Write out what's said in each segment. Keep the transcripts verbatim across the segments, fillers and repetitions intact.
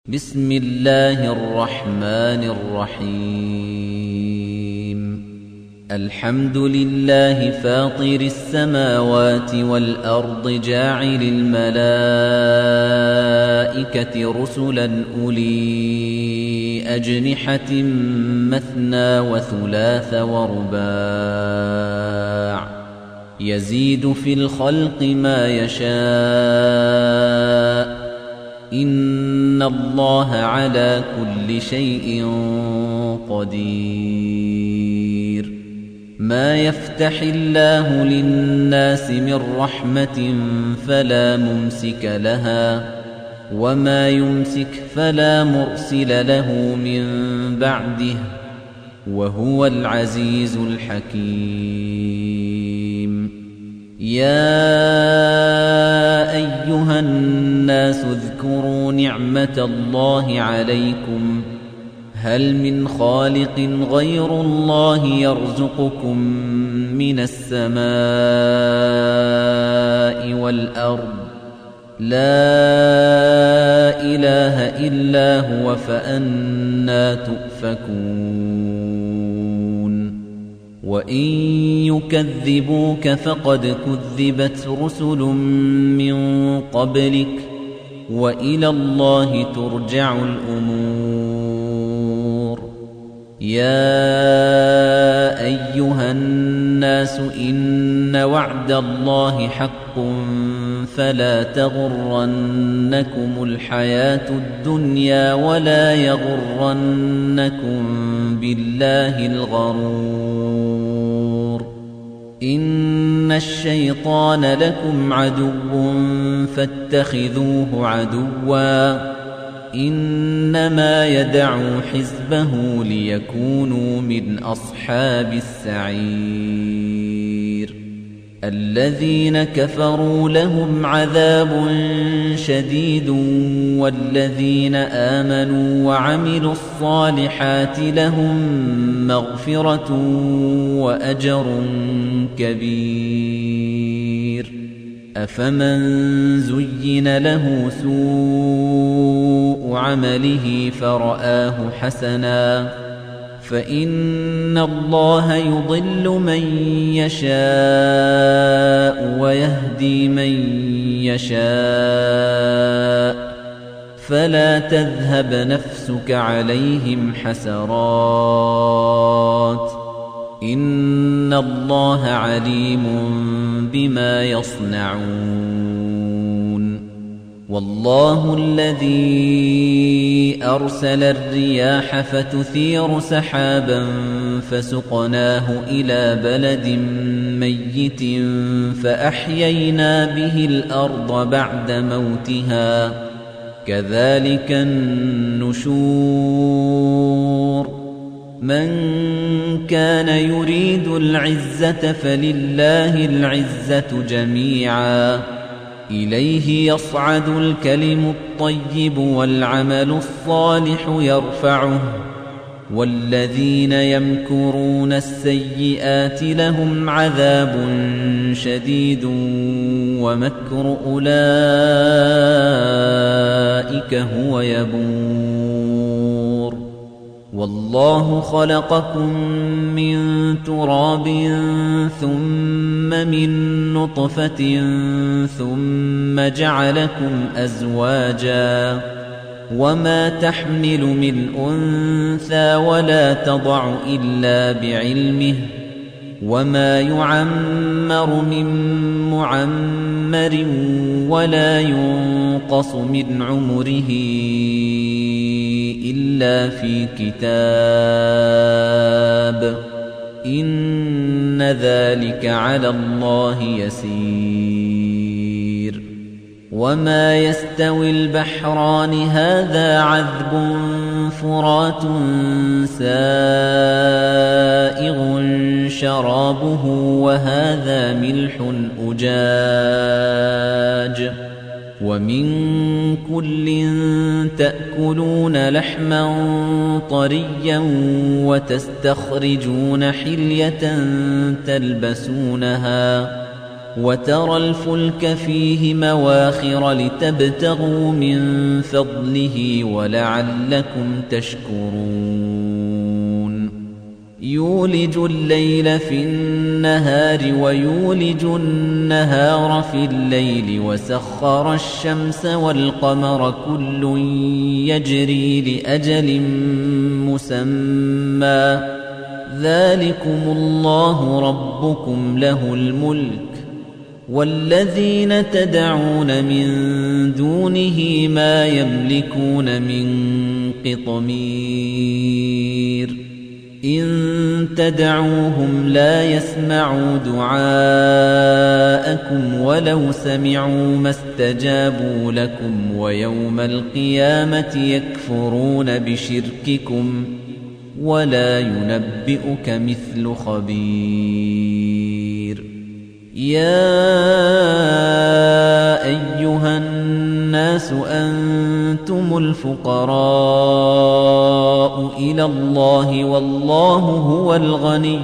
بسم الله الرحمن الرحيم الحمد لله فاطر السماوات والأرض جاعل الملائكة رسلا أولي أجنحة مثنى وثلاث ورباع يزيد في الخلق ما يشاء إن الله على كل شيء قدير ما يفتح الله للناس من رحمة فلا ممسك لها وما يمسك فلا مرسل له من بعده وهو العزيز الحكيم يا أيها الناس اذكروا نعمة الله عليكم هل من خالق غير الله يرزقكم من السماء والأرض لا إله إلا هو فأنى تؤفكون وإن يكذبوك فقد كذبت رسل من قبلك وإلى الله ترجع الأمور يا أيها الناس إن وعد الله حق فلا تغرنكم الحياة الدنيا ولا يغرنكم بالله الغرور إن الشيطان لكم عدو فاتخذوه عدوا إنما يدعو حزبه ليكونوا من أصحاب السعير الذين كفروا لهم عذاب شديد والذين آمنوا وعملوا الصالحات لهم مغفرة وأجر كبير أفمن زين له سوء عمله فرآه حسناً فإن الله يضل من يشاء ويهدي من يشاء فلا تذهب نفسك عليهم حسرات إن الله عليم بما يصنعون والله الذي أرسل الرياح فتثير سحابا فسقناه إلى بلد ميت فأحيينا به الأرض بعد موتها كذلك النشور من كان يريد العزة فلله العزة جميعا إليه يصعد الكلم الطيب والعمل الصالح يرفعه والذين يمكرون السيئات لهم عذاب شديد ومكر أولئك هو يبور والله خلقكم من تراب ثم من نطفة ثم جعلكم أزواجا وما تحمل من أنثى ولا تضع إلا بعلمه وما يعمر من معمر ولا ينقص من عمره إلا في كتاب إن ذلك على الله يسير وما يستوي البحران هذا عذب فرات سائغ شرابه وهذا ملح أجاج ومن كل تأكلون لحما طريا وتستخرجون حلية تلبسونها وترى الفلك فيه مواخر لتبتغوا من فضله ولعلكم تشكرون يولج الليل في النهار ويولج النهار في الليل وسخر الشمس والقمر كل يجري لأجل مسمى ذلكم الله ربكم له الملك والذين تدعون من دونه ما يملكون من قطمير إن تدعوهم لا يسمعوا دعاءكم ولو سمعوا ما استجابوا لكم ويوم القيامة يكفرون بشرككم ولا ينبئك مثل خبير يا أيها الناس أنتم الفقراء إلى الله والله هو الغني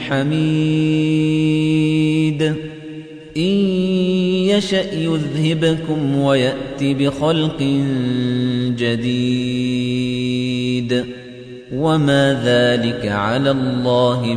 الحميد إن يشأ يذهبكم ويأت بخلق جديد وما ذلك على الله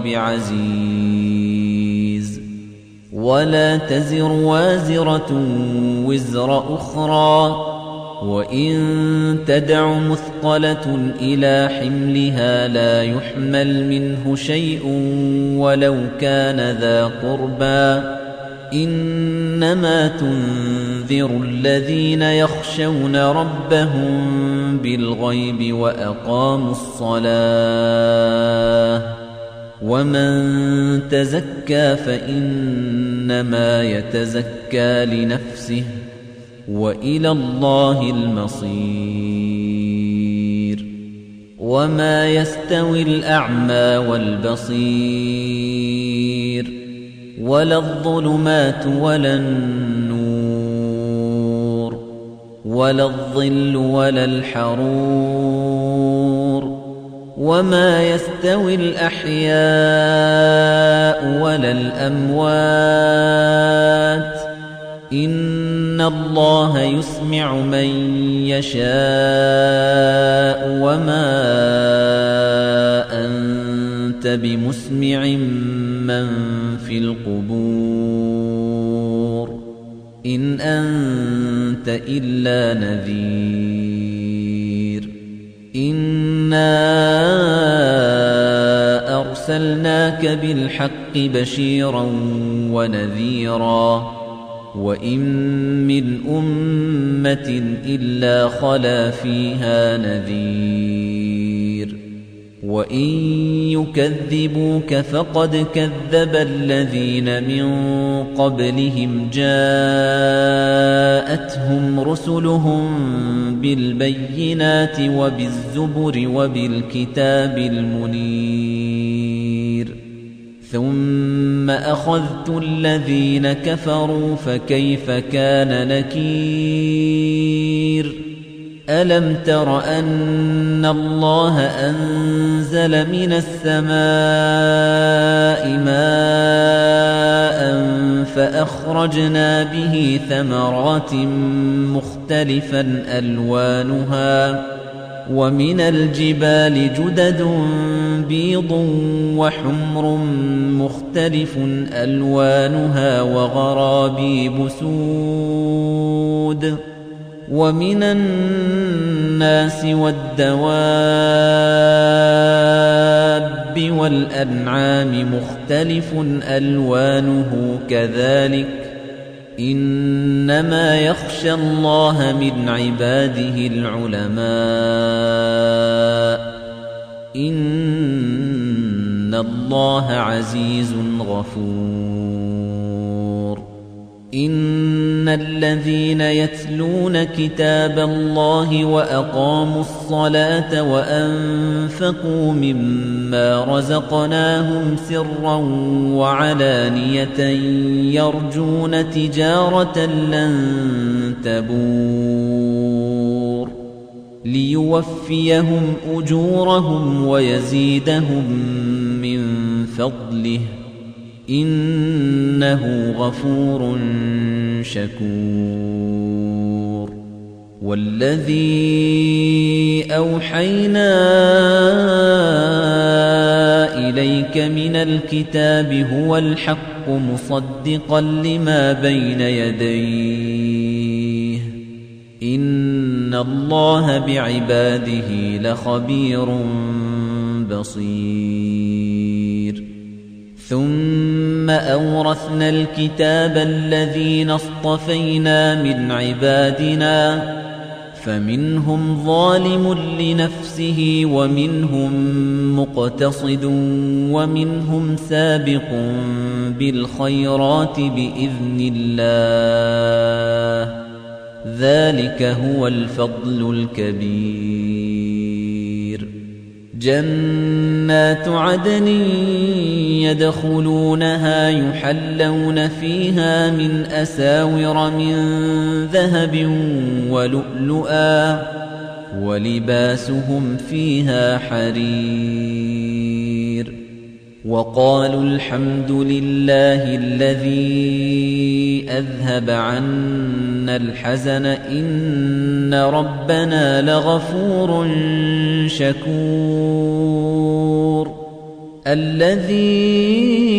بعزيز ولا تزر وازرة وزر أخرى وإن تدع مثقلة إلى حملها لا يحمل منه شيء ولو كان ذا قربى إنما تنذر الذين يخشون ربهم بالغيب وأقاموا الصلاة ومن تزكى فإنما يتزكى لنفسه وإلى الله المصير وما يستوي الأعمى والبصير ولا الظلمات ولا النور ولا الظل ولا الحرور وما يستوي الأحياء ولا الأموات إن الله يسمع من يشاء وما أنت بمسمع من في القبور إن أنت إلا نذير إنا أرسلناك بالحق بشيرا ونذيرا وإن من أمة إلا خلا فيها نذير وإن يكذبوك فقد كذب الذين من قبلهم جاءتهم رسلهم بالبينات وبالزبر وبالكتاب المنير ثم أخذت الذين كفروا فكيف كان نكير ألم تر أن الله أنزل من السماء ماء فأخرجنا به ثمرات مختلفا ألوانها ومن الجبال جدد بيض وحمر مختلف ألوانها وغرابيب سود ومن الناس والدواب والأنعام مختلف ألوانه كذلك إنما يخشى الله من عباده العلماء إن الله عزيز غفور إن الذين يتلون كتاب الله وأقاموا الصلاة وأنفقوا مما رزقناهم سرا وعلانية يرجون تجارة لن تبور ليوفيهم أجورهم ويزيدهم من فضله إنه غفور شكور والذي أوحينا إليك من الكتاب هو الحق مصدقا لما بين يديه إن الله بعباده لخبير بصير ثم أورثنا الكتاب الذين اصطفينا من عبادنا فمنهم ظالم لنفسه ومنهم مقتصد ومنهم سابق بالخيرات بإذن الله ذلك هو الفضل الكبير جنات عدن يدخلونها يحلون فيها من أساور من ذهب ولؤلؤا ولباسهم فيها حرير وقالوا الحمد لله الذي أذهب عنا الحزن إن ربنا لغفور شكور الذي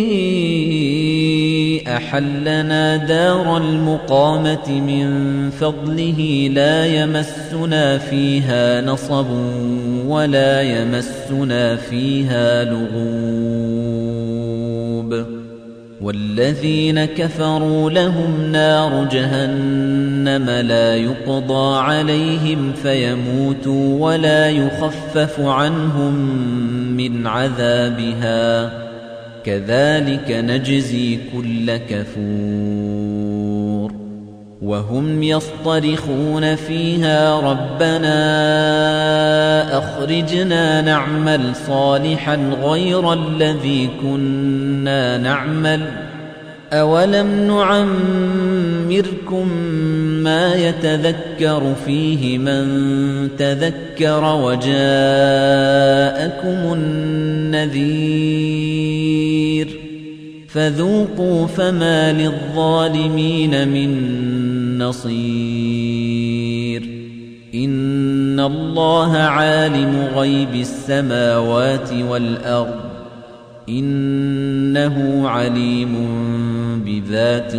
أحلنا دار المقامة من فضله لا يمسنا فيها نصب ولا يمسنا فيها لغوب والذين كفروا لهم نار جهنم لا يقضى عليهم فيموتوا ولا يخفف عنهم من عذابها كذلك نجزي كل كفور وهم يصطرخون فيها ربنا أخرجنا نعمل صالحا غير الذي كنا نعمل أولم نعمركم ما يتذكر فيه من تذكر وجاءكم النذير فذوقوا فما للظالمين من نصير إن الله عالم غيب السماوات والأرض إنه عليم بذات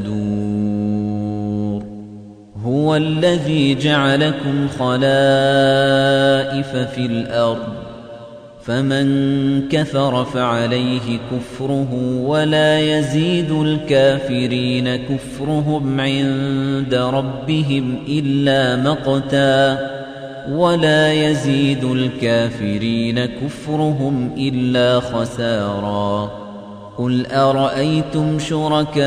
الصدور هو الذي جعلكم خلائف في الأرض فمن كفر فعليه كفره ولا يزيد الكافرين كفرهم عند ربهم إلا مقتا ولا يزيد الكافرين كفرهم إلا خسارا قل أرأيتم شركاءكم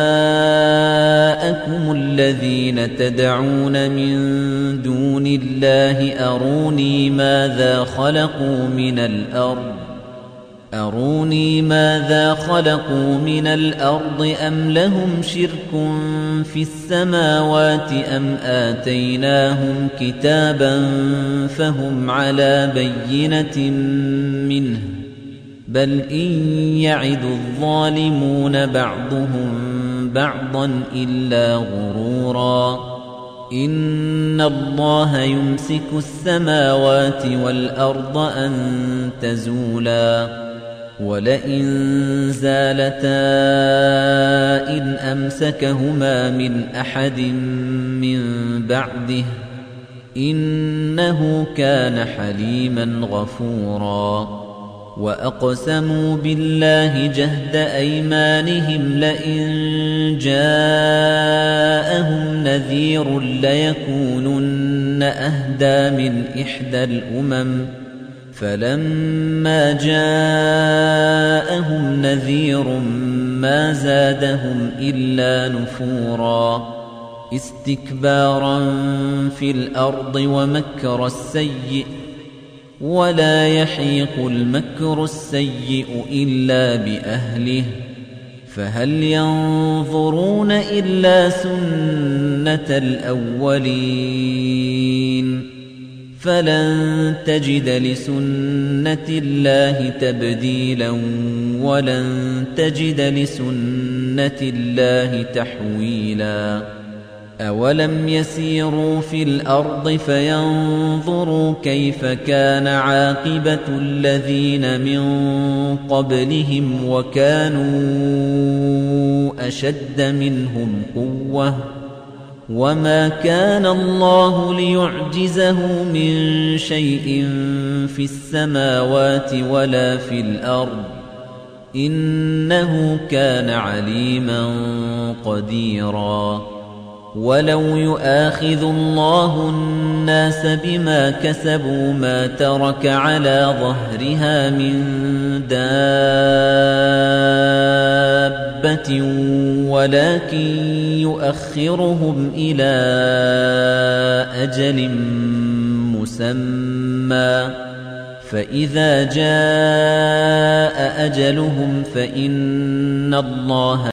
الذين تدعون من دون الله أروني ماذا خلقوا من الأرض أروني ماذا خلقوا من الأرض أم لهم شرك في السماوات أم آتيناهم كتابا فهم على بينة منه بل إن يعد الظالمون بعضهم بعضا إلا غرورا إن الله يمسك السماوات والأرض أن تزولا ولئن زالتا إن أمسكهما من أحد من بعده إنه كان حليما غفورا وأقسموا بالله جهد أيمانهم لئن جاءهم نذير ليكونن أهدى من إحدى الأمم فلما جاءهم نذير ما زادهم إلا نفورا استكبارا في الأرض ومكر السيئ ولا يحيق المكر السيئ إلا بأهله فهل ينظرون إلا سنة الأولين فلن تجد لسنة الله تبديلا ولن تجد لسنة الله تحويلا أولم يسيروا في الأرض فينظروا كيف كان عاقبة الذين من قبلهم وكانوا أشد منهم قوة وما كان الله ليعجزه من شيء في السماوات ولا في الأرض إنه كان عليما قديرا ولو يؤاخذ الله الناس بما كسبوا ما ترك على ظهرها من دابة ولكن يؤخرهم إلى أجل مسمى فإذا جاء أجلهم فإن الله